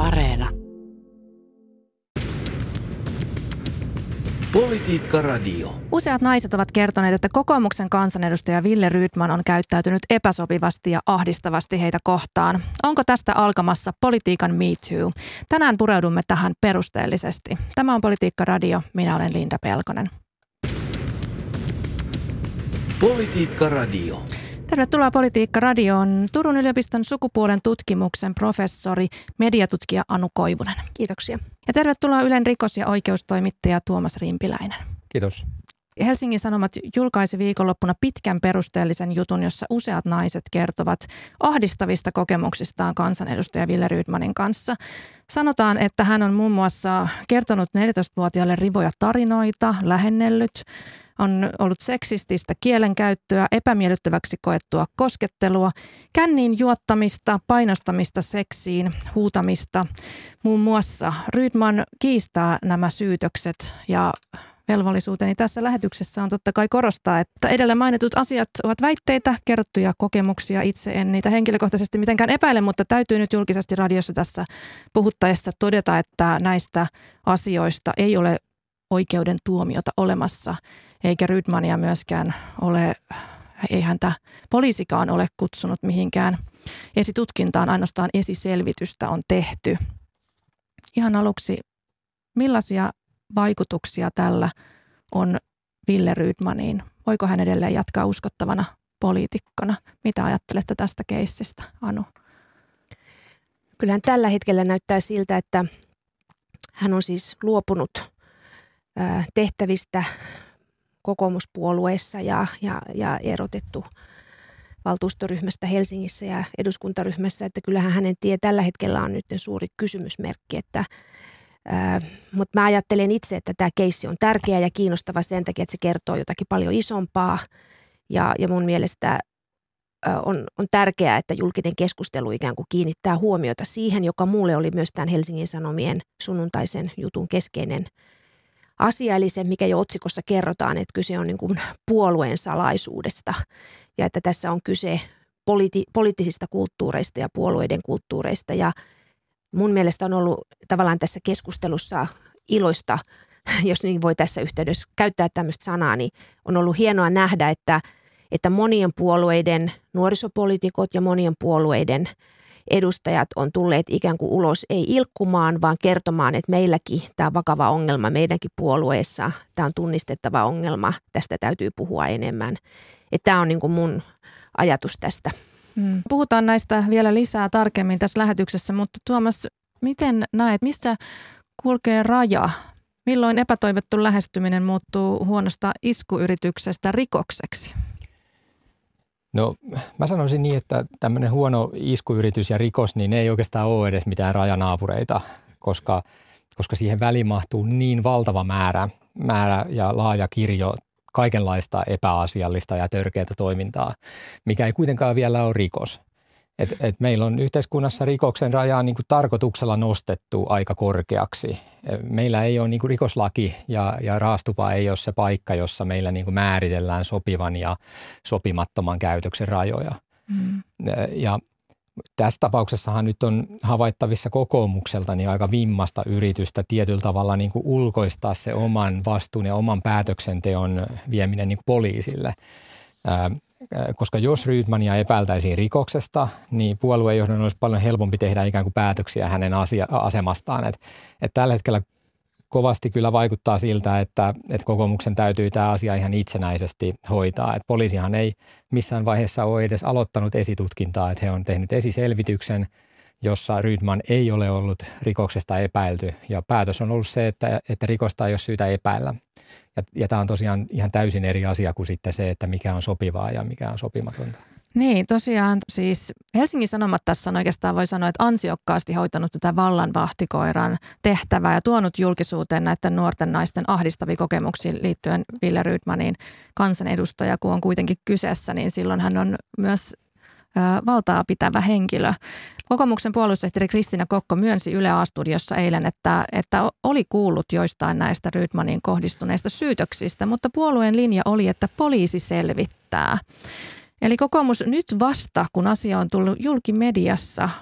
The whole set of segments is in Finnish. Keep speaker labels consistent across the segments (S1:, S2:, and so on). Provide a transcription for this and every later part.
S1: Areena.
S2: Politiikka Radio.
S3: Useat naiset ovat kertoneet, että kokoomuksen kansanedustaja Wille Rydman on käyttäytynyt epäsopivasti ja ahdistavasti heitä kohtaan. Onko tästä alkamassa politiikan Me Too? Tänään pureudumme tähän perusteellisesti. Tämä on Politiikka Radio. Minä olen Linda Pelkonen.
S2: Politiikka Radio.
S3: Tervetuloa Politiikka Radioon Turun yliopiston sukupuolen tutkimuksen professori, mediatutkija Anu Koivunen.
S4: Kiitoksia.
S3: Ja tervetuloa Ylen rikos- ja oikeustoimittaja Tuomas Rimpiläinen.
S5: Kiitos.
S3: Helsingin Sanomat julkaisi viikonloppuna pitkän perusteellisen jutun, jossa useat naiset kertovat ahdistavista kokemuksistaan kansanedustaja Wille Rydmanin kanssa. Sanotaan, että hän on muun muassa kertonut 14-vuotiaille rivoja tarinoita, lähennellyt, on ollut seksististä kielenkäyttöä, epämiellyttäväksi koettua koskettelua, känniin juottamista, painostamista seksiin, huutamista. Muun muassa Rydman kiistää nämä syytökset ja velvollisuuteni tässä lähetyksessä on totta kai korostaa, että edellä mainitut asiat ovat väitteitä, kerrottuja kokemuksia. Itse en niitä henkilökohtaisesti mitenkään epäile, mutta täytyy nyt julkisesti radiossa tässä puhuttaessa todeta, että näistä asioista ei ole oikeuden tuomiota olemassa, eikä Rydmania myöskään ole, ei häntä poliisikaan ole kutsunut mihinkään esitutkintaan, ainoastaan esiselvitystä on tehty. Ihan aluksi, millaisia vaikutuksia tällä on Wille Rydmaniin? Voiko hän edelleen jatkaa uskottavana poliitikkona? Mitä ajattelette tästä keissistä, Anu?
S4: Kyllähän tällä hetkellä näyttää siltä, että hän on siis luopunut tehtävistä kokoomuspuolueessa ja erotettu valtuustoryhmästä Helsingissä ja eduskuntaryhmässä, että kyllähän hänen tie tällä hetkellä on nyt suuri kysymysmerkki, mutta mä ajattelen itse, että tämä keissi on tärkeä ja kiinnostava sen takia, että se kertoo jotakin paljon isompaa ja mun mielestä on tärkeää, että julkinen keskustelu ikään kuin kiinnittää huomiota siihen, joka mulle oli myös tämän Helsingin Sanomien sunnuntaisen jutun keskeinen asia, eli se, mikä jo otsikossa kerrotaan, että kyse on niin kuin puolueen salaisuudesta ja että tässä on kyse poliittisista kulttuureista ja puolueiden kulttuureista ja mun mielestä on ollut tavallaan tässä keskustelussa iloista, jos niin voi tässä yhteydessä käyttää tämmöistä sanaa, niin on ollut hienoa nähdä, että monien puolueiden nuorisopoliitikot ja monien puolueiden edustajat on tulleet ikään kuin ulos ei ilkkumaan, vaan kertomaan, että meilläkin tämä on vakava ongelma, meidänkin puolueessa tämä on tunnistettava ongelma, tästä täytyy puhua enemmän. Että tämä on niin kuin mun ajatus tästä.
S3: Puhutaan näistä vielä lisää tarkemmin tässä lähetyksessä, mutta Tuomas, miten näet, missä kulkee raja? Milloin epätoivottu lähestyminen muuttuu huonosta iskuyrityksestä rikokseksi?
S5: No mä sanoisin niin, että tämmöinen huono iskuyritys ja rikos, niin ei oikeastaan ole edes mitään rajanaapureita, koska siihen väliin mahtuu niin valtava määrä ja laaja kirjo kaikenlaista epäasiallista ja törkeätä toimintaa, mikä ei kuitenkaan vielä ole rikos. Et meillä on yhteiskunnassa rikoksen rajaa niin kuin tarkoituksella nostettu aika korkeaksi. Meillä ei ole niin kuin rikoslaki ja raastupa ei ole se paikka, jossa meillä niin kuin määritellään sopivan ja sopimattoman käytöksen rajoja. Ja tässä tapauksessahan nyt on havaittavissa kokoomukselta niin aika vimmasta yritystä tietyllä tavalla niin kuin ulkoistaa se oman vastuun ja oman päätöksenteon vieminen niin kuin poliisille. Koska jos Rydmania epäiltäisiin rikoksesta, niin puoluejohdon olisi paljon helpompi tehdä ikään kuin päätöksiä hänen asemastaan. Et tällä hetkellä kovasti kyllä vaikuttaa siltä, että kokoomuksen täytyy tämä asia ihan itsenäisesti hoitaa. Et poliisihan ei missään vaiheessa ole edes aloittanut esitutkintaa, että he on tehnyt esiselvityksen, jossa Rydman ei ole ollut rikoksesta epäilty. Ja päätös on ollut se, että rikosta ei ole syytä epäillä. Ja tämä on tosiaan ihan täysin eri asia kuin sitten se, että mikä on sopivaa ja mikä on sopimatonta.
S3: Niin, tosiaan siis Helsingin Sanomat tässä on oikeastaan voi sanoa, että ansiokkaasti hoitanut tätä vallanvahtikoiran tehtävää ja tuonut julkisuuteen näiden nuorten naisten ahdistavia kokemuksia liittyen Wille Rydmaniin kansanedustaja, kun on kuitenkin kyseessä, niin silloin hän on myös valtaa pitävä henkilö. Kokoomuksen puoluesihteeri Kristiina Kokko myönsi Yle A-studiossa eilen, että oli kuullut joistain näistä Rydmaniin kohdistuneista syytöksistä, mutta puolueen linja oli, että poliisi selvittää. Eli kokoomus nyt vasta, kun asia on tullut julkimediassa,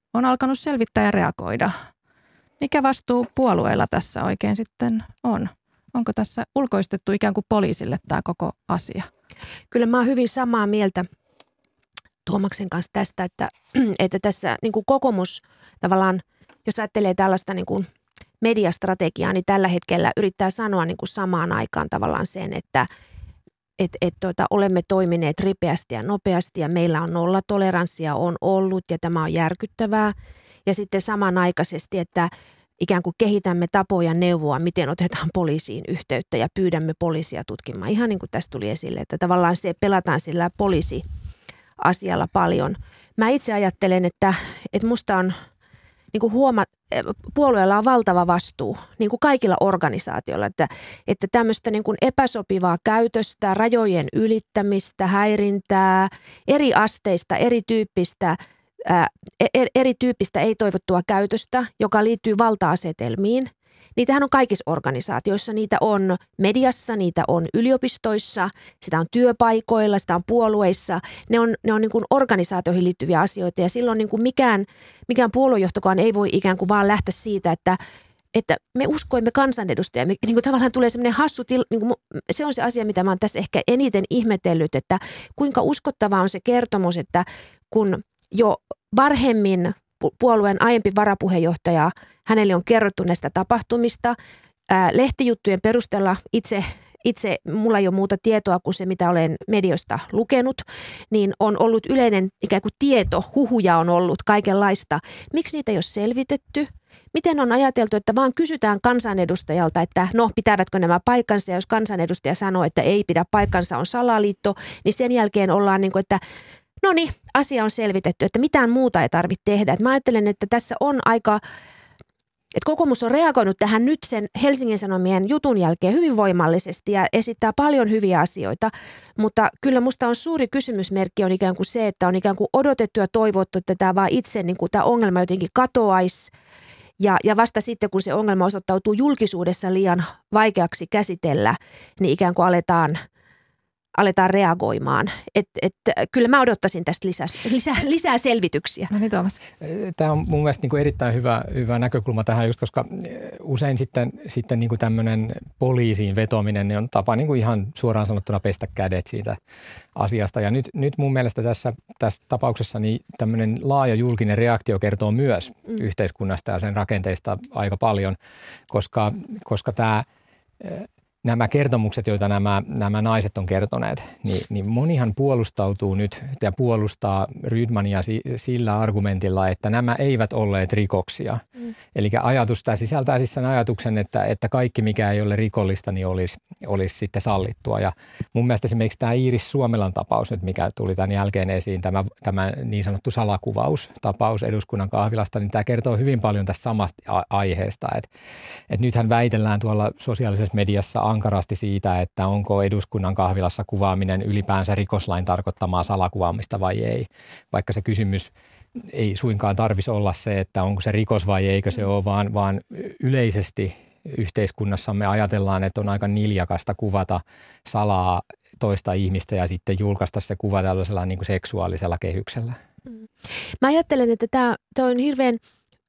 S3: on alkanut selvittää ja reagoida. Mikä vastuu puolueella tässä oikein sitten on? Onko tässä ulkoistettu ikään kuin poliisille tämä koko asia?
S4: Kyllä mä oon hyvin samaa mieltä Tuomaksen kanssa tästä, että tässä niin kuin kokoomus tavallaan, jos ajattelee tällaista niin kuin mediastrategiaa, niin tällä hetkellä yrittää sanoa niin kuin samaan aikaan tavallaan sen, että olemme toimineet ripeästi ja nopeasti ja meillä on nollatoleranssia on ollut ja tämä on järkyttävää. Ja sitten samanaikaisesti, että ikään kuin kehitämme tapoja neuvoa, miten otetaan poliisiin yhteyttä ja pyydämme poliisia tutkimaan. Ihan niin kuin tässä tuli esille, että tavallaan se pelataan sillä poliisiasialla paljon. Mä itse ajattelen, että musta on niin kuin puolueella on valtava vastuu, niin kuin kaikilla organisaatioilla, että tämmöistä niin kuin epäsopivaa käytöstä, rajojen ylittämistä, häirintää, eri asteista, erityyppistä ei-toivottua käytöstä, joka liittyy valta-asetelmiin. Niitähän on kaikissa organisaatioissa, niitä on mediassa, niitä on yliopistoissa, sitä on työpaikoilla, sitä on puolueissa. Ne on niin kuin organisaatioihin liittyviä asioita ja silloin niin kuin mikään puoluejohtokaan ei voi ikään kuin vaan lähteä siitä, että me uskoimme kansanedustajia. Niin kuin tavallaan tulee semmoinen hassu, niin kuin se on se asia, mitä mä oon tässä ehkä eniten ihmetellyt, että kuinka uskottava on se kertomus, että kun jo varhemmin puolueen aiempi varapuheenjohtaja, hänelle on kerrottu näistä tapahtumista. Lehtijuttujen perusteella itse mulla ei ole muuta tietoa kuin se, mitä olen mediosta lukenut, niin on ollut yleinen ikään kuin tieto, huhuja on ollut kaikenlaista. Miksi niitä ei ole selvitetty? Miten on ajateltu, että vaan kysytään kansanedustajalta, että no pitävätkö nämä paikkansa, ja jos kansanedustaja sanoo, että ei pidä paikkansa, on salaliitto, niin sen jälkeen ollaan niin kuin, että no niin, asia on selvitetty, että mitään muuta ei tarvitse tehdä. Et mä ajattelen, että tässä on aika, että kokoomus on reagoinut tähän nyt sen Helsingin Sanomien jutun jälkeen hyvin voimallisesti ja esittää paljon hyviä asioita, mutta kyllä musta on suuri kysymysmerkki on ikään kuin se, että on ikään kuin odotettu ja toivottu, että tämä vaan itse niin kuin tämä ongelma jotenkin katoaisi. Ja vasta sitten, kun se ongelma osoittautuu julkisuudessa liian vaikeaksi käsitellä, niin ikään kuin aletaan reagoimaan. Kyllä mä odottaisin tästä lisää selvityksiä.
S3: No niin, Tuomas.
S5: Tämä on mun mielestä niin kuin erittäin hyvä näkökulma tähän, just koska usein sitten niin kuin tämmöinen poliisiin vetominen niin on tapa niin kuin ihan suoraan sanottuna pestä kädet siitä asiasta. Ja nyt mun mielestä tässä tapauksessa niin tämmöinen laaja julkinen reaktio kertoo myös yhteiskunnasta ja sen rakenteista aika paljon, koska nämä kertomukset, joita nämä naiset on kertoneet, niin monihan puolustautuu nyt ja puolustaa Rydmania sillä argumentilla, että nämä eivät olleet rikoksia. Eli tämä sisältää siis sen ajatuksen, että kaikki mikä ei ole rikollista, niin olisi sitten sallittua. Ja mun mielestä esimerkiksi tämä Iiris Suomelan tapaus nyt, mikä tuli tämän jälkeen esiin, tämä niin sanottu salakuvaustapaus eduskunnan kahvilasta, niin tämä kertoo hyvin paljon tästä samasta aiheesta. Että nythän väitellään tuolla sosiaalisessa mediassa ankarasti siitä, että onko eduskunnan kahvilassa kuvaaminen ylipäänsä rikoslain tarkoittamaa salakuvaamista vai ei. Vaikka se kysymys ei suinkaan tarvitsisi olla se, että onko se rikos vai eikö se ole, vaan yleisesti yhteiskunnassamme ajatellaan, että on aika niljakasta kuvata salaa toista ihmistä ja sitten julkaista se kuva tällaisella niin kuin seksuaalisella kehyksellä.
S4: Mä ajattelen, että tämä on hirveän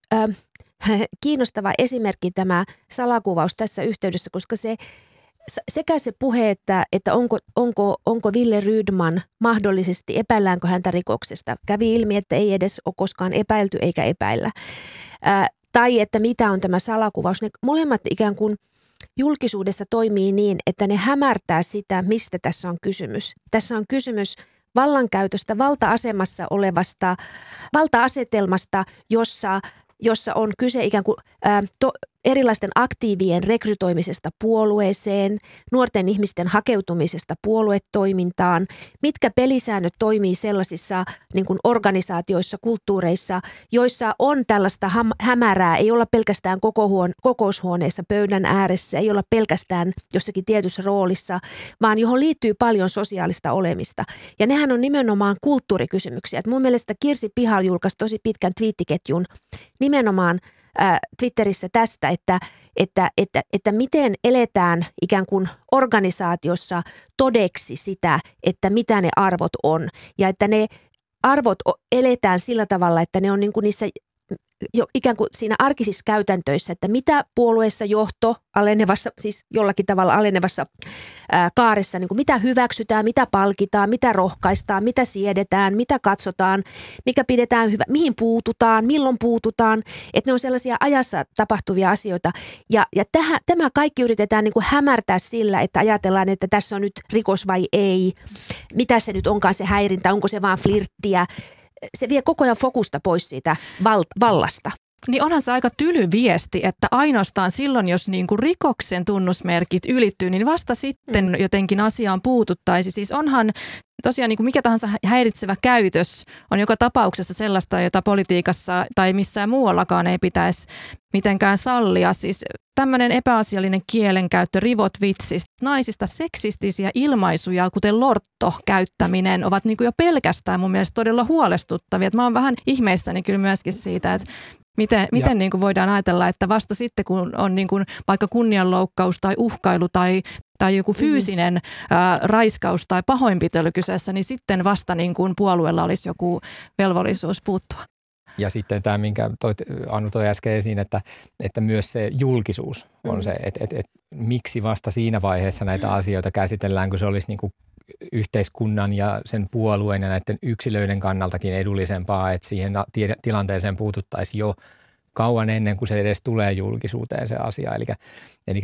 S4: kiinnostava esimerkki tämä salakuvaus tässä yhteydessä, koska sekä se puhe, että onko Wille Rydman mahdollisesti, epäilläänkö häntä rikoksesta, kävi ilmi, että ei edes ole koskaan epäilty eikä epäillä. Tai että mitä on tämä salakuvaus. Ne molemmat ikään kuin julkisuudessa toimii niin, että ne hämärtää sitä, mistä tässä on kysymys. Tässä on kysymys vallankäytöstä, valta-asemassa olevasta, valta-asetelmasta, jossa on kyse ikään kuin erilaisten aktiivien rekrytoimisesta puolueeseen, nuorten ihmisten hakeutumisesta puoluetoimintaan, mitkä pelisäännöt toimii sellaisissa niin kuin organisaatioissa, kulttuureissa, joissa on tällaista hämärää, ei olla pelkästään kokoushuoneessa pöydän ääressä, ei olla pelkästään jossakin tietyssä roolissa, vaan johon liittyy paljon sosiaalista olemista. Ja nehän on nimenomaan kulttuurikysymyksiä. Et mun mielestä Kirsi Pihal julkaisi tosi pitkän twiittiketjun nimenomaan Twitterissä tästä, että miten eletään ikään kuin organisaatiossa todeksi sitä, että mitä ne arvot on. Ja että ne arvot eletään sillä tavalla, että ne on niin kuin niissä jo ikään kuin siinä arkisissa käytäntöissä, että mitä puolueessa johto alenevassa, siis jollakin tavalla alenevassa kaaressa, niin kuin mitä hyväksytään, mitä palkitaan, mitä rohkaistaan, mitä siedetään, mitä katsotaan, mikä pidetään hyvä, mihin puututaan, milloin puututaan, että ne on sellaisia ajassa tapahtuvia asioita. Ja tämä kaikki yritetään niin kuin hämärtää sillä, että ajatellaan, että tässä on nyt rikos vai ei, mitä se nyt onkaan se häirintä, onko se vaan flirttiä. Se vie koko ajan fokusta pois siitä vallasta.
S3: Niin onhan se aika tyly viesti, että ainoastaan silloin, jos niin kuin rikoksen tunnusmerkit ylittyy, niin vasta sitten jotenkin asiaan puututtaisi. Siis onhan tosiaan niin kuin mikä tahansa häiritsevä käytös on joka tapauksessa sellaista, jota politiikassa tai missään muuallakaan ei pitäisi mitenkään sallia. Siis tämmöinen epäasiallinen kielenkäyttö, rivot vitsistä, naisista seksistisiä ilmaisuja, kuten lortto käyttäminen, ovat niin kuin jo pelkästään mun mielestä todella huolestuttavia. Mä oon vähän ihmeissäni kyllä myöskin siitä, että miten niin kuin voidaan ajatella, että vasta sitten, kun on niin kuin vaikka kunnianloukkaus tai uhkailu tai joku fyysinen raiskaus tai pahoinpitely kyseessä, niin sitten vasta niin kuin puolueella olisi joku velvollisuus puuttua.
S5: Ja sitten tämä, minkä Anu toi äsken esiin, että myös se julkisuus on se, että miksi vasta siinä vaiheessa näitä asioita käsitellään, kun se olisi niin kuin yhteiskunnan ja sen puolueen ja näiden yksilöiden kannaltakin edullisempaa, että siihen tilanteeseen puututtaisiin jo kauan ennen kuin se edes tulee julkisuuteen se asia. Eli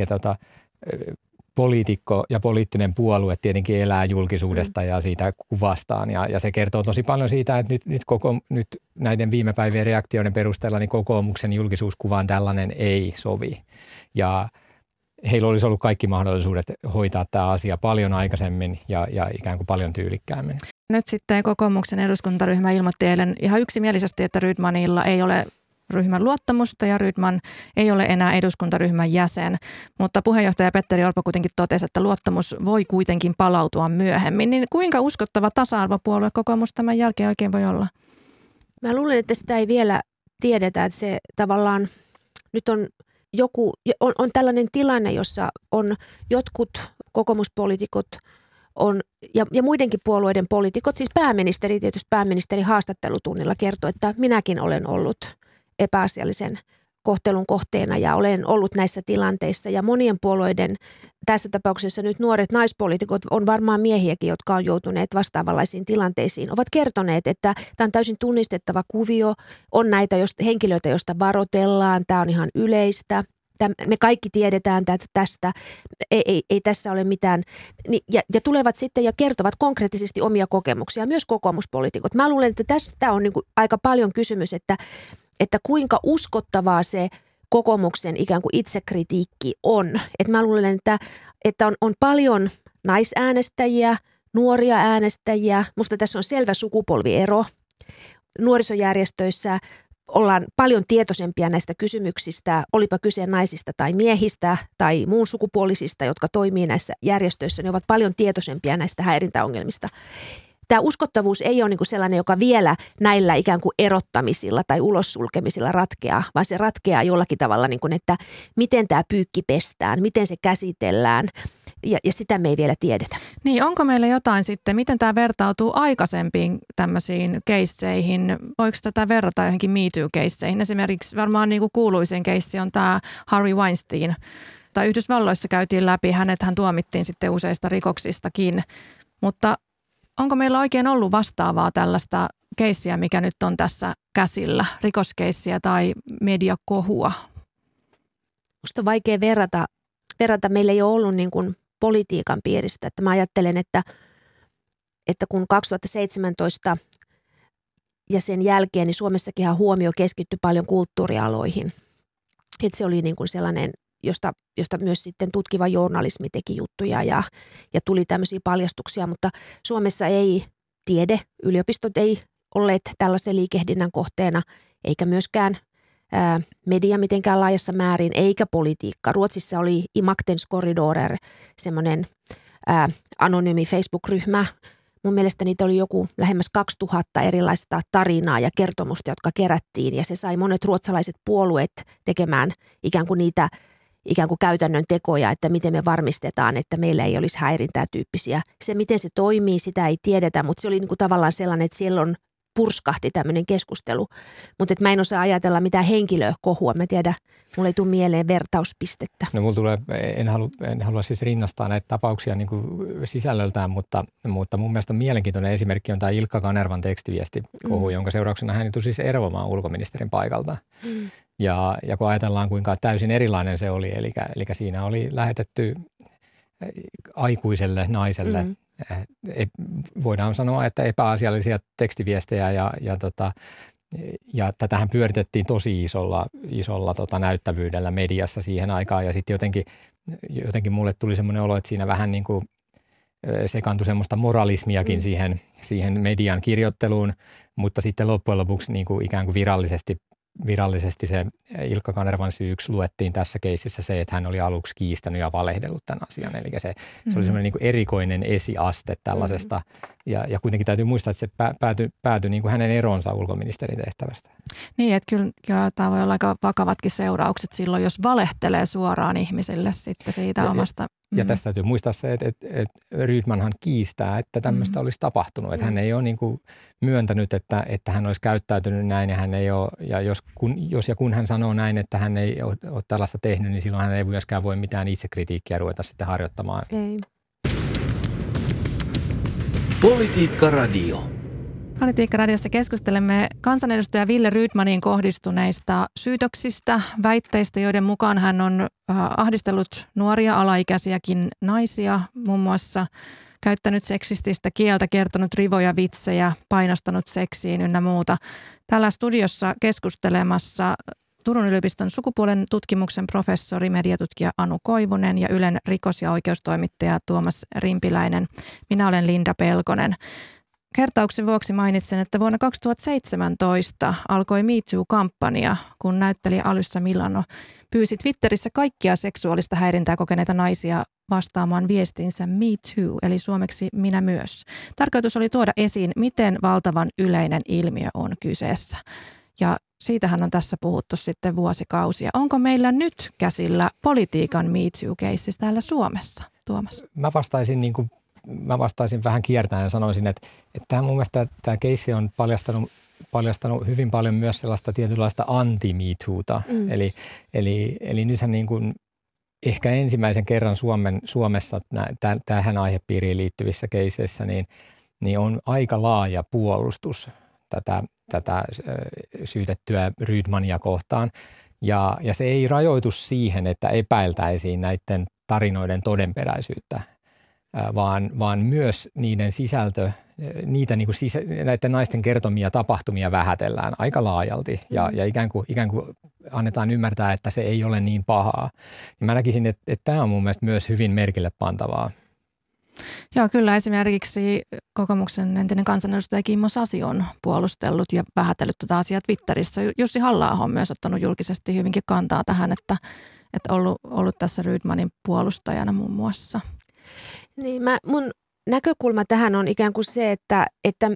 S5: poliitikko ja poliittinen puolue tietenkin elää julkisuudesta ja siitä kuvastaan. Ja se kertoo tosi paljon siitä, että nyt näiden viime päivien reaktioiden perusteella niin kokoomuksen julkisuuskuvaan tällainen ei sovi. Ja heillä olisi ollut kaikki mahdollisuudet hoitaa tämä asia paljon aikaisemmin ja ikään kuin paljon tyylikkäämmin.
S3: Nyt sitten kokoomuksen eduskuntaryhmä ilmoitti eilen ihan yksimielisesti, että Rydmanilla ei ole ryhmän luottamusta ja Rydman ei ole enää eduskuntaryhmän jäsen. Mutta puheenjohtaja Petteri Orpo kuitenkin totesi, että luottamus voi kuitenkin palautua myöhemmin. Niin kuinka uskottava tasa-arvopuolue kokoomus tämän jälkeen oikein voi olla?
S4: Mä luulen, että sitä ei vielä tiedetä, että se tavallaan nyt on tällainen tilanne, jossa on jotkut kokoomuspoliitikot ja muidenkin puolueiden poliitikot, siis pääministeri haastattelutunnilla kertoi, että minäkin olen ollut epäasiallisen kohtelun kohteena ja olen ollut näissä tilanteissa. Ja monien puolueiden, tässä tapauksessa nyt nuoret naispoliitikot, on varmaan miehiäkin, jotka on joutuneet vastaavanlaisiin tilanteisiin, ovat kertoneet, että tämä on täysin tunnistettava kuvio, on näitä henkilöitä, joista varoitellaan, tämä on ihan yleistä. Me kaikki tiedetään tästä, ei tässä ole mitään, ja tulevat sitten ja kertovat konkreettisesti omia kokemuksia, myös kokoomuspoliitikot. Mä luulen, että tästä on niin kuin aika paljon kysymys, että kuinka uskottavaa se kokoomuksen ikään kuin itsekritiikki on. Että mä luulen, että on paljon naisäänestäjiä, nuoria äänestäjiä. Musta tässä on selvä sukupolviero. Nuorisojärjestöissä ollaan paljon tietoisempia näistä kysymyksistä, olipa kyse naisista tai miehistä tai muun sukupuolisista, jotka toimii näissä järjestöissä. Ne ovat paljon tietoisempia näistä häirintäongelmista. Tämä uskottavuus ei ole niin kuin sellainen, joka vielä näillä ikään kuin erottamisilla tai ulossulkemisilla ratkeaa, vaan se ratkeaa jollakin tavalla, niin kuin, että miten tämä pyykki pestään, miten se käsitellään. Ja sitä me ei vielä tiedetä.
S3: Niin, onko meillä jotain sitten, miten tämä vertautuu aikaisempiin tämmöisiin keisseihin? Voiko tätä verrata johonkin Me Too-keisseihin? Esimerkiksi varmaan niin kuin kuuluisin keissi on tämä Harvey Weinstein. Tai Yhdysvalloissa käytiin läpi, hän tuomittiin sitten useista rikoksistakin. Mutta onko meillä oikein ollut vastaavaa tällaista keissiä, mikä nyt on tässä käsillä? Rikoskeissiä tai mediakohua?
S4: Musta on vaikea verrata. Meillä ei ole ollut niin kuin politiikan piiristä. Että mä ajattelen, että kun 2017 ja sen jälkeen, niin Suomessakin huomio keskittyi paljon kulttuurialoihin. Että se oli niin kuin sellainen, josta myös sitten tutkiva journalismi teki juttuja ja tuli tämmöisiä paljastuksia, mutta Suomessa ei yliopistot ei olleet tällaisen liikehdinnän kohteena, eikä myöskään media mitenkään laajassa määrin, eikä politiikka. Ruotsissa oli I Maktens Korridorer, semmoinen anonyymi Facebook-ryhmä. Mun mielestä niitä oli joku lähemmäs 2000 erilaista tarinaa ja kertomusta, jotka kerättiin. Ja se sai monet ruotsalaiset puolueet tekemään ikään kuin niitä käytännön tekoja, että miten me varmistetaan, että meillä ei olisi häirintää tyyppisiä. Se, miten se toimii, sitä ei tiedetä, mutta se oli niin kuin tavallaan sellainen, että siellä on purskahti tämmöinen keskustelu. Mutta mä en osaa ajatella mitään henkilökohua. Mä tiedän, mulle ei tule mieleen vertauspistettä.
S5: No mulla tulee, en halua siis rinnastaa näitä tapauksia niin kuin sisällöltään, mutta mun mielestä on mielenkiintoinen esimerkki on tämä Ilkka Kanervan tekstiviestikohu, jonka seurauksena hän joutui siis eroamaan ulkoministerin paikalta. Ja kun ajatellaan, kuinka täysin erilainen se oli, eli siinä oli lähetetty aikuiselle naiselle, voidaan sanoa, että epäasiallisia tekstiviestejä ja tätähän pyöritettiin tosi isolla näyttävyydellä mediassa siihen aikaan ja sitten jotenkin mulle tuli semmoinen olo, että siinä vähän niin kuin sekaantui semmoista moralismiakin siihen median kirjoitteluun, mutta sitten loppujen lopuksi niin kuin ikään kuin virallisesti se Ilkka Kanervan syyksi luettiin tässä keississä se, että hän oli aluksi kiistänyt ja valehdellut tämän asian. Eli se oli semmoinen niin kuin erikoinen esiaste tällaisesta. Ja kuitenkin täytyy muistaa, että se päätyi niin kuin hänen eronsa ulkoministerin tehtävästä.
S3: Niin, että kyllä tämä voi olla aika vakavatkin seuraukset silloin, jos valehtelee suoraan ihmisille sitten siitä omasta.
S5: Ja tästä täytyy muistaa se, että Rydmanhan kiistää, että tämmöistä olisi tapahtunut. Että hän ei ole niin kuin myöntänyt, että hän olisi käyttäytynyt näin ja hän ei ole, ja jos ja kun hän sanoo näin, että hän ei ole tällaista tehnyt, niin silloin hän ei myöskään voi mitään itsekritiikkiä ruveta sitten harjoittamaan.
S4: Ei.
S2: Politiikka Radio.
S3: Politiikka-radiossa keskustelemme kansanedustaja Wille Rydmaniin kohdistuneista syytöksistä, väitteistä, joiden mukaan hän on ahdistellut nuoria alaikäisiäkin naisia, muun muassa käyttänyt seksististä kieltä, kertonut rivoja vitsejä, painostanut seksiin ynnä muuta. Täällä studiossa keskustelemassa Turun yliopiston sukupuolen tutkimuksen professori, mediatutkija Anu Koivunen ja Ylen rikos- ja oikeustoimittaja Tuomas Rimpiläinen. Minä olen Linda Pelkonen. Kertauksen vuoksi mainitsen, että vuonna 2017 alkoi Me Too-kampanja, kun näyttelijä Alyssa Milano pyysi Twitterissä kaikkia seksuaalista häirintää kokeneita naisia vastaamaan viestinsä Me Too, eli suomeksi minä myös. Tarkoitus oli tuoda esiin, miten valtavan yleinen ilmiö on kyseessä. Ja siitähän on tässä puhuttu sitten vuosikausia. Onko meillä nyt käsillä politiikan Me Too-keissi täällä Suomessa, Tuomas?
S5: Mä vastaisin vähän kiertäen ja sanoisin, että tämä mun mielestä tämä keissi on paljastanut hyvin paljon myös sellaista tietynlaista anti-MeToota. Eli nythän niin kuin ehkä ensimmäisen kerran Suomessa tähän aihepiiriin liittyvissä keisseissä niin on aika laaja puolustus tätä syytettyä Rydmania kohtaan. Ja se ei rajoitu siihen, että epäiltäisiin näiden tarinoiden todenperäisyyttä. Vaan myös niiden sisältö, näiden naisten kertomia tapahtumia vähätellään aika laajalti ja ikään kuin annetaan ymmärtää, että se ei ole niin pahaa. Ja mä näkisin, että tämä on mun mielestä myös hyvin merkille pantavaa.
S3: Joo, kyllä esimerkiksi kokoomuksen entinen kansanedustaja Kimmo Sasi on puolustellut ja vähätellyt tätä asiaa Twitterissä. Jussi Halla-aho on myös ottanut julkisesti hyvinkin kantaa tähän, että ollut tässä Rydmanin puolustajana muun muassa.
S4: Niin, mun näkökulma tähän on ikään kuin se, että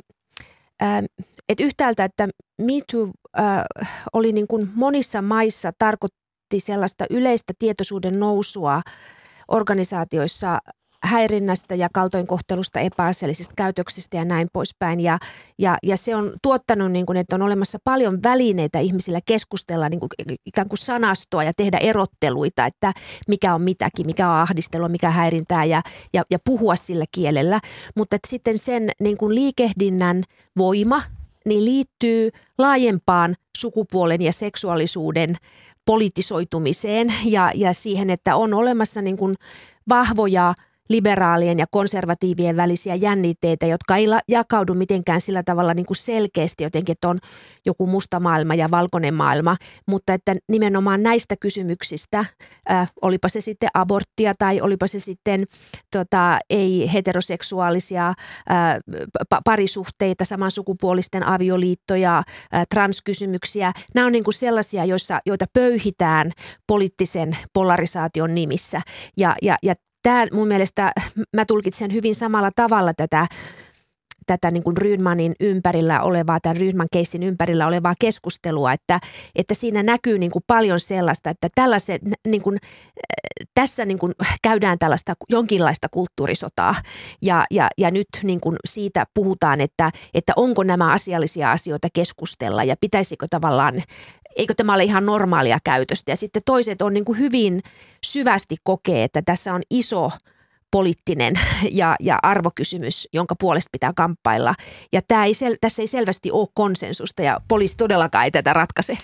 S4: yhtäältä, että Me Too oli niin kuin monissa maissa tarkoitti sellaista yleistä tietoisuuden nousua organisaatioissa häirinnästä ja kaltoinkohtelusta, epäasiallisista käytöksistä ja näin poispäin. Ja se on tuottanut, niin kuin, että on olemassa paljon välineitä ihmisillä keskustella, niin kuin, ikään kuin sanastoa ja tehdä erotteluita, että mikä on mitäkin, mikä on ahdistelua, mikä häirintää ja puhua sillä kielellä. Mutta että sitten sen niin kuin liikehdinnän voima niin liittyy laajempaan sukupuolen ja seksuaalisuuden politisoitumiseen ja siihen, että on olemassa niin kuin vahvoja liberaalien ja konservatiivien välisiä jännitteitä, jotka ei jakaudu mitenkään sillä tavalla niin kuin selkeästi jotenkin, että on joku musta maailma ja valkoinen maailma, mutta että nimenomaan näistä kysymyksistä, olipa se sitten aborttia tai olipa se sitten ei-heteroseksuaalisia parisuhteita, samansukupuolisten avioliittoja, transkysymyksiä, nämä on niin kuin sellaisia, joita pöyhitään poliittisen polarisaation nimissä ja tämä mun mielestä, mä tulkitsen hyvin samalla tavalla tätä niin kuin Rydmanin ympärillä olevaa, tämän Rydman-keissin ympärillä olevaa keskustelua, että siinä näkyy niin kuin paljon sellaista, että tässä niin kuin käydään tällaista jonkinlaista kulttuurisotaa ja nyt niin kuin siitä puhutaan, että onko nämä asiallisia asioita keskustella ja pitäisikö tavallaan, eikö tämä ole ihan normaalia käytöstä. Ja sitten toiset on niin kuin hyvin syvästi kokee, että tässä on iso poliittinen ja arvokysymys, jonka puolesta pitää kamppailla. Ja tässä ei selvästi ole konsensusta ja poliisi todellakaan ei tätä ratkaise.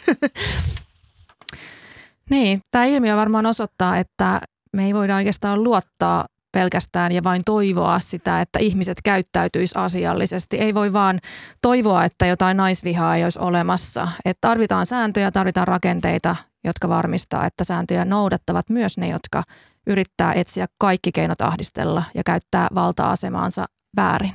S3: Niin, tämä ilmiö varmaan osoittaa, että me ei voida oikeastaan luottaa pelkästään ja vain toivoa sitä, että ihmiset käyttäytyisi asiallisesti. Ei voi vaan toivoa, että jotain naisvihaa ei olisi olemassa. Että tarvitaan sääntöjä, tarvitaan rakenteita, jotka varmistaa, että sääntöjä noudattavat myös ne, jotka yrittää etsiä kaikki keinot ahdistella ja käyttää valta-asemaansa väärin.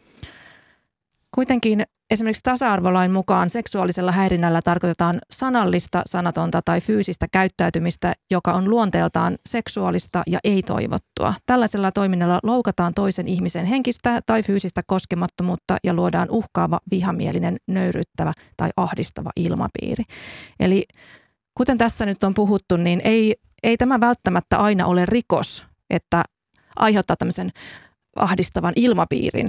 S3: Kuitenkin esimerkiksi tasa-arvolain mukaan seksuaalisella häirinnällä tarkoitetaan sanallista, sanatonta tai fyysistä käyttäytymistä, joka on luonteeltaan seksuaalista ja ei-toivottua. Tällaisella toiminnalla loukataan toisen ihmisen henkistä tai fyysistä koskemattomuutta ja luodaan uhkaava, vihamielinen, nöyryyttävä tai ahdistava ilmapiiri. Eli kuten tässä nyt on puhuttu, niin ei tämä välttämättä aina ole rikos, että aiheuttaa tämmöisen ahdistavan ilmapiirin.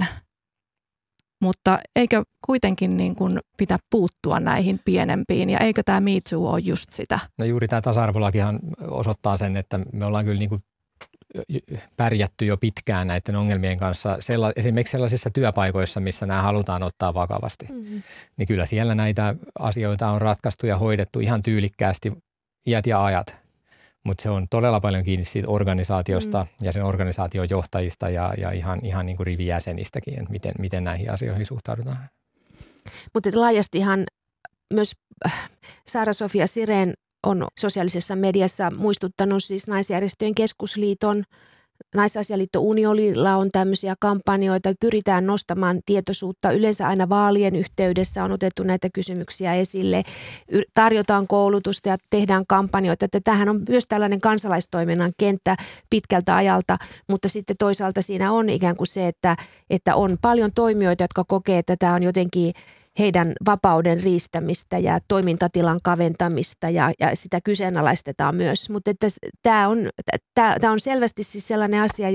S3: Mutta eikö kuitenkin niin kuin pitää puuttua näihin pienempiin ja eikö tämä Me Too ole just sitä?
S5: No juuri tämä tasa-arvolakihan osoittaa sen, että me ollaan kyllä niin kuin pärjätty jo pitkään näiden ongelmien kanssa. Esimerkiksi sellaisissa työpaikoissa, missä nämä halutaan ottaa vakavasti. Mm-hmm. Niin kyllä siellä näitä asioita on ratkaistu ja hoidettu ihan tyylikkäästi iät ja ajat. Mutta se on todella paljon kiinni siitä organisaatiosta ja sen organisaation johtajista ja ihan niin kuin rivijäsenistäkin, että miten näihin asioihin suhtaudutaan.
S4: Mutta laajastihan myös Saara-Sofia Sirén on sosiaalisessa mediassa muistuttanut siis Naisjärjestöjen keskusliiton, Naisasialiitto Unionilla on tämmöisiä kampanjoita, pyritään nostamaan tietoisuutta. Yleensä aina vaalien yhteydessä on otettu näitä kysymyksiä esille. Tarjotaan koulutusta ja tehdään kampanjoita. Että tämähän on myös tällainen kansalaistoiminnan kenttä pitkältä ajalta, mutta sitten toisaalta siinä on ikään kuin se, että on paljon toimijoita, jotka kokee, että tämä on jotenkin heidän vapauden riistämistä ja toimintatilan kaventamista ja sitä kyseenalaistetaan myös. Mutta tämä on selvästi siis sellainen asia,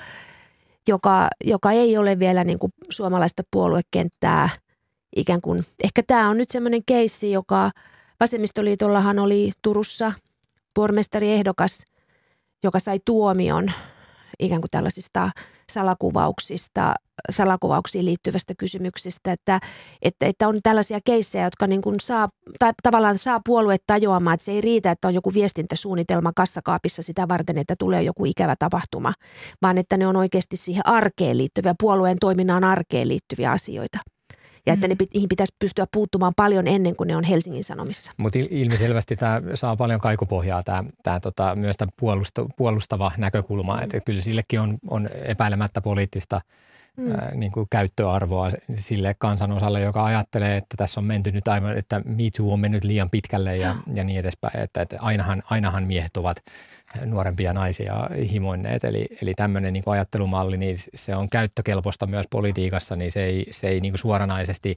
S4: joka ei ole vielä niin kuin suomalaista puoluekenttää ikään kuin. Ehkä tämä on nyt semmoinen keissi, joka Vasemmistoliitollahan oli Turussa pormestariehdokas, joka sai tuomion ikään kuin tällaisista salakuvauksiin liittyvästä kysymyksistä, että on tällaisia keissejä, jotka niin kuin tavallaan saa puolueet tajuamaan, että se ei riitä, että on joku viestintäsuunnitelma kassakaapissa sitä varten, että tulee joku ikävä tapahtuma, vaan että ne on oikeasti siihen arkeen liittyviä, puolueen toiminnan arkeen liittyviä asioita. Ja että niihin pitäisi pystyä puuttumaan paljon ennen kuin ne on Helsingin Sanomissa. Mutta
S5: ilmiselvästi tämä saa paljon kaikupohjaa, myös tämä puolustava näkökulma. Että kyllä sillekin on epäilemättä poliittista niin kuin käyttöarvoa sille kansanosalle, joka ajattelee, että tässä on menty nyt aivan, että Me Too on mennyt liian pitkälle ja niin edespäin. Että ainahan miehet ovat nuorempia naisia himoinneet. Eli tämmöinen niin kuin ajattelumalli, niin se on käyttökelpoista myös politiikassa, niin se ei niin kuin suoranaisesti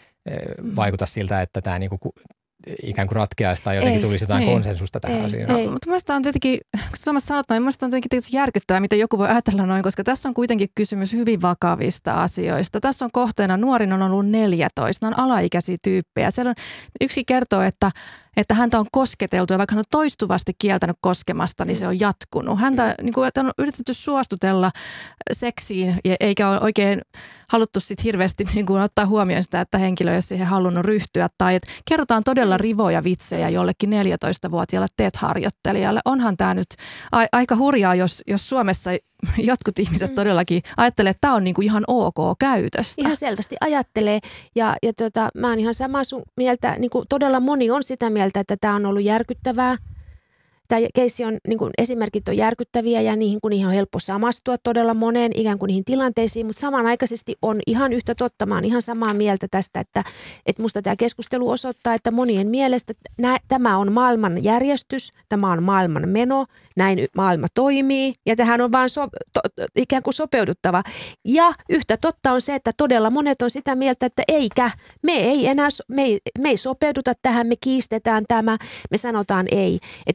S5: vaikuta siltä, että tämä niin kuin ikään kuin ratkeaisi tai jotenkin tulisi jotain konsensusta tähän asiaan.
S3: Ei, mutta mielestäni on tietenkin, kun Suomessa sanot noin, mielestäni on tietenkin järkyttävää, miten joku voi ajatella noin, koska tässä on kuitenkin kysymys hyvin vakavista asioista. Tässä on kohteena, nuorin on ollut 14, nämä on alaikäisiä tyyppejä. Siellä on, yksi kertoo, että häntä on kosketeltu ja vaikka hän on toistuvasti kieltänyt koskemasta, niin se on jatkunut. Häntä niin kuin, on yritetty suostutella seksiin eikä ole oikein haluttu sit hirveästi niin kuin, ottaa huomioon sitä, että henkilö ei ole siihen halunnut ryhtyä. Tai että kerrotaan todella rivoja vitsejä jollekin 14-vuotiaalle TET-harjoittelijalle. Onhan tämä nyt aika hurjaa, jos Suomessa jotkut ihmiset todellakin ajattelee, että tämä on niin kuin ihan ok käytöstä.
S4: Ihan selvästi ajattelee ja mä oon ihan samaa sun mieltä, niin kuin todella moni on sitä mieltä, että tämä on ollut järkyttävää. Tämä keissi on, niin kuin esimerkit on järkyttäviä ja niihin on helppo samastua todella moneen ikään kuin niihin tilanteisiin, mutta samanaikaisesti on ihan yhtä totta. Mä oon ihan samaa mieltä tästä, että musta tämä keskustelu osoittaa, että monien mielestä tämä on maailman järjestys, tämä on maailman meno, näin maailma toimii ja tähän on vaan ikään kuin sopeuduttava. Ja yhtä totta on se, että todella monet on sitä mieltä, että me ei sopeuduta tähän, me kiistetään tämä, me sanotaan ei. Että kyllä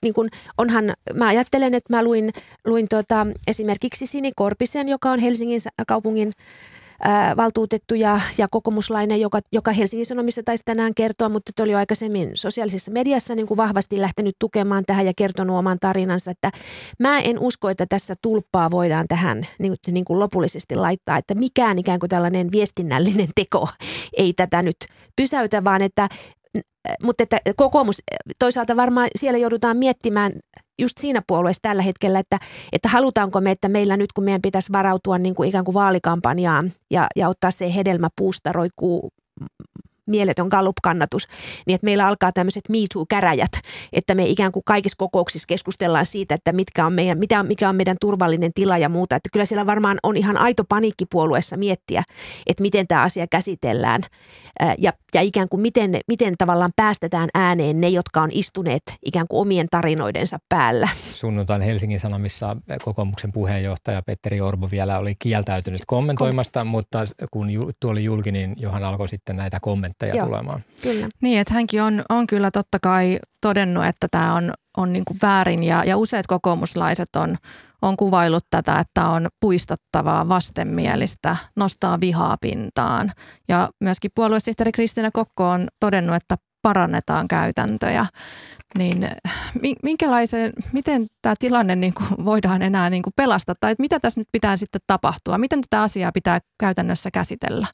S4: niin kuin mä ajattelen, että mä luin esimerkiksi Sini Korpisen, joka on Helsingin kaupungin valtuutettu ja kokoomuslainen, joka Helsingin Sanomissa taisi tänään kertoa, mutta oli jo aikaisemmin sosiaalisessa mediassa niin kuin vahvasti lähtenyt tukemaan tähän ja kertonut oman tarinansa, että mä en usko, että tässä tulppaa voidaan tähän niin kuin lopullisesti laittaa, että mikään ikään kuin tällainen viestinnällinen teko ei tätä nyt pysäytä, vaan mutta että kokoomus, toisaalta varmaan siellä joudutaan miettimään just siinä puolueessa tällä hetkellä, että halutaanko me, että meillä nyt kun meidän pitäisi varautua niin kuin ikään kuin vaalikampanjaan ja ottaa se hedelmä puusta roikkuu mieletön Gallup-kannatus, niin että meillä alkaa tämmöiset Me Too-käräjät, että me ikään kuin kaikissa kokouksissa keskustellaan siitä, että mikä on meidän turvallinen tila ja muuta. Että kyllä siellä varmaan on ihan aito paniikki puolueessa miettiä, että miten tämä asia käsitellään ja ikään kuin miten tavallaan päästetään ääneen ne, jotka on istuneet ikään kuin omien tarinoidensa päällä.
S5: Sunnuntain Helsingin Sanomissa kokoomuksen puheenjohtaja Petteri Orpo vielä oli kieltäytynyt kommentoimasta, mutta kun tuo oli julki, niin Johan alkoi sitten näitä kommentteja tulemaan.
S4: Kyllä.
S3: Niin, että hänkin on kyllä totta kai todennut, että tämä on niin kuin väärin ja useat kokoomuslaiset on kuvaillut tätä, että on puistattavaa, vastenmielistä, nostaa vihaa pintaan. Ja myöskin puoluesihteeri Kristiina Kokko on todennut, että parannetaan käytäntöjä. Niin miten tämä tilanne niin kuin voidaan enää niin kuin pelastaa? Tai mitä tässä nyt pitää sitten tapahtua? Miten tätä asiaa pitää käytännössä käsitellä?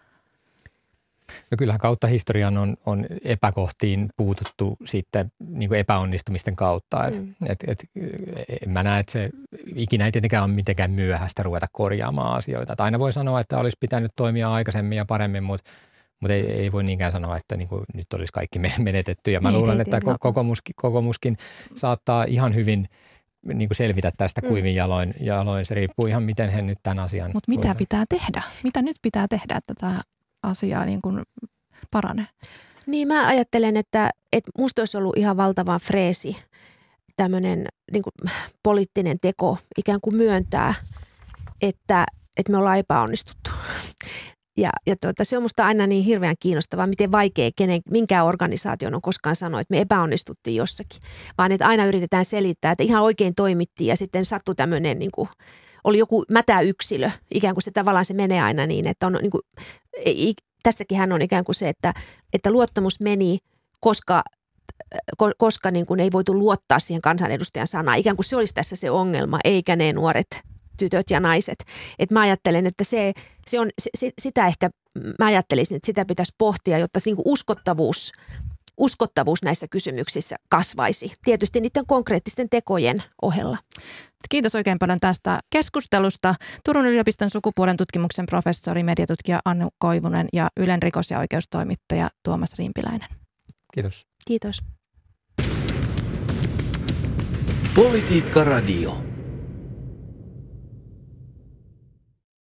S5: No kyllähän kautta historian on epäkohtiin puututtu sitten niin kuin epäonnistumisten kautta. En mä näe, että se ikinä ei tietenkään ole mitenkään myöhäistä ruveta korjaamaan asioita. Että aina voi sanoa, että olisi pitänyt toimia aikaisemmin ja paremmin, mutta ei voi niinkään sanoa, että niin kuin nyt olisi kaikki menetetty. Ja mä luulen, että kokoomuskin saattaa ihan hyvin niin kuin selvitä tästä kuivin jaloin. Se riippuu ihan miten he nyt tämän asian.
S3: Mutta mitä pitää tehdä? Mitä nyt pitää tehdä, että tämä asia niin kuin paranee? Niin
S4: mä ajattelen, että musta olisi ollut ihan valtava freesi tämmöinen niin kuin poliittinen teko ikään kuin myöntää, että me ollaan epäonnistuttu. Ja se on musta aina niin hirveän kiinnostavaa, miten vaikea minkään organisaation on koskaan sanoa, että me epäonnistuttiin jossakin. Vaan että aina yritetään selittää, että ihan oikein toimittiin ja sitten sattui tämmöinen niin kuin oli joku mätä yksilö, ikään kuin se tavallaan se menee aina niin, että on niin kuin, tässäkin hän on ikään kuin se, että luottamus meni, koska niin kuin ei voitu luottaa siihen kansanedustajan sanaan. Ikään kuin se olisi tässä se ongelma, eikä ne nuoret tytöt ja naiset. Että mä ajattelen, että sitä ehkä, mä ajattelisin, että sitä pitäisi pohtia, jotta niin kuin uskottavuus näissä kysymyksissä kasvaisi. Tietysti niiden konkreettisten tekojen ohella.
S3: Kiitos oikein paljon tästä keskustelusta. Turun yliopiston sukupuolen tutkimuksen professori, mediatutkija Annu Koivunen ja Ylen rikos- ja oikeustoimittaja Tuomas Rimpiläinen.
S5: Kiitos.
S4: Kiitos.
S2: Politiikka Radio.